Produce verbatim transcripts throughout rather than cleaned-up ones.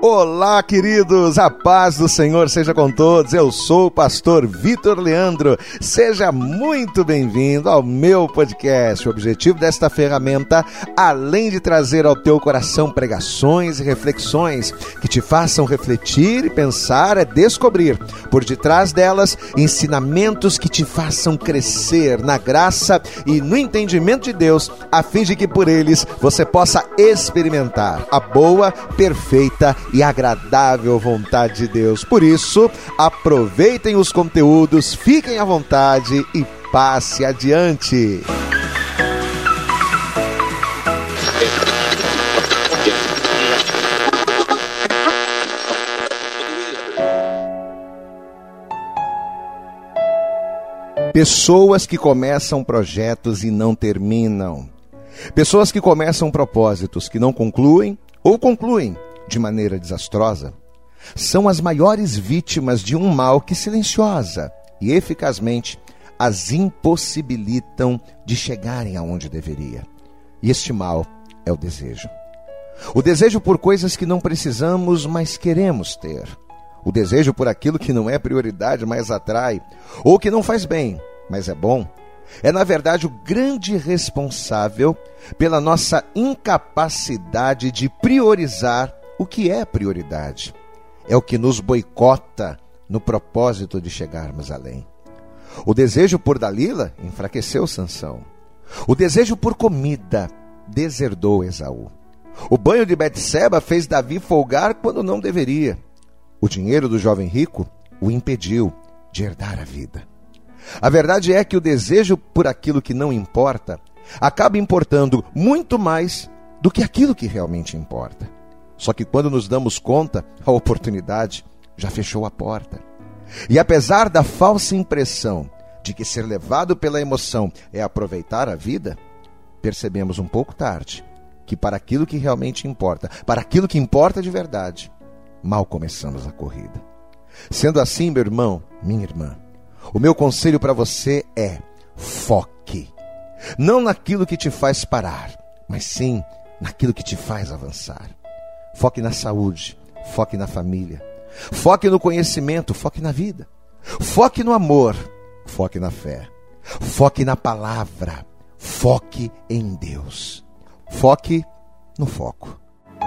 Olá, queridos, a paz do Senhor seja com todos. Eu sou o pastor Vitor Leandro. Seja muito bem-vindo ao meu podcast. O objetivo desta ferramenta, além de trazer ao teu coração pregações e reflexões que te façam refletir e pensar, é descobrir, por detrás delas, ensinamentos que te façam crescer na graça e no entendimento de Deus, a fim de que por eles você possa experimentar a boa, perfeita e agradável vontade de Deus. Por isso, aproveitem os conteúdos, fiquem à vontade e passe adiante. Pessoas que começam projetos e não terminam. Pessoas que começam propósitos que não concluem ou concluem de maneira desastrosa, são as maiores vítimas de um mal que silenciosa e eficazmente as impossibilitam de chegarem aonde deveria. E este mal é o desejo. O desejo por coisas que não precisamos, mas queremos ter. O desejo por aquilo que não é prioridade, mas atrai, ou que não faz bem, mas é bom, é na verdade o grande responsável pela nossa incapacidade de priorizar o que é prioridade. É o que nos boicota no propósito de chegarmos além. O desejo por Dalila enfraqueceu Sansão. O desejo por comida deserdou Esaú. O banho de Betseba fez Davi folgar quando não deveria. O dinheiro do jovem rico o impediu de herdar a vida. A verdade é que o desejo por aquilo que não importa acaba importando muito mais do que aquilo que realmente importa. Só que quando nos damos conta, a oportunidade já fechou a porta. E apesar da falsa impressão de que ser levado pela emoção é aproveitar a vida, percebemos um pouco tarde que para aquilo que realmente importa, para aquilo que importa de verdade, mal começamos a corrida. Sendo assim, meu irmão, minha irmã, o meu conselho para você é: foque. Não naquilo que te faz parar, mas sim naquilo que te faz avançar. Foque na saúde, foque na família, foque no conhecimento, foque na vida, foque no amor, foque na fé, foque na palavra, foque em Deus, foque no foco.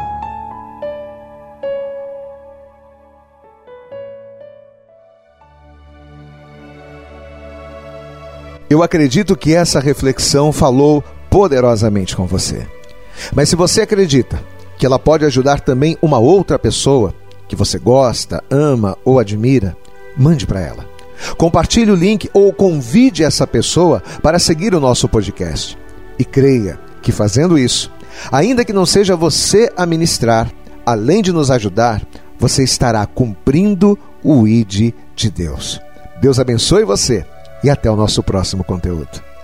Eu acredito que essa reflexão falou poderosamente com você. Mas se você acredita que ela pode ajudar também uma outra pessoa que você gosta, ama ou admira, mande para ela. Compartilhe o link ou convide essa pessoa para seguir o nosso podcast. E creia que fazendo isso, ainda que não seja você a ministrar, além de nos ajudar, você estará cumprindo o I D de Deus. Deus abençoe você e até o nosso próximo conteúdo.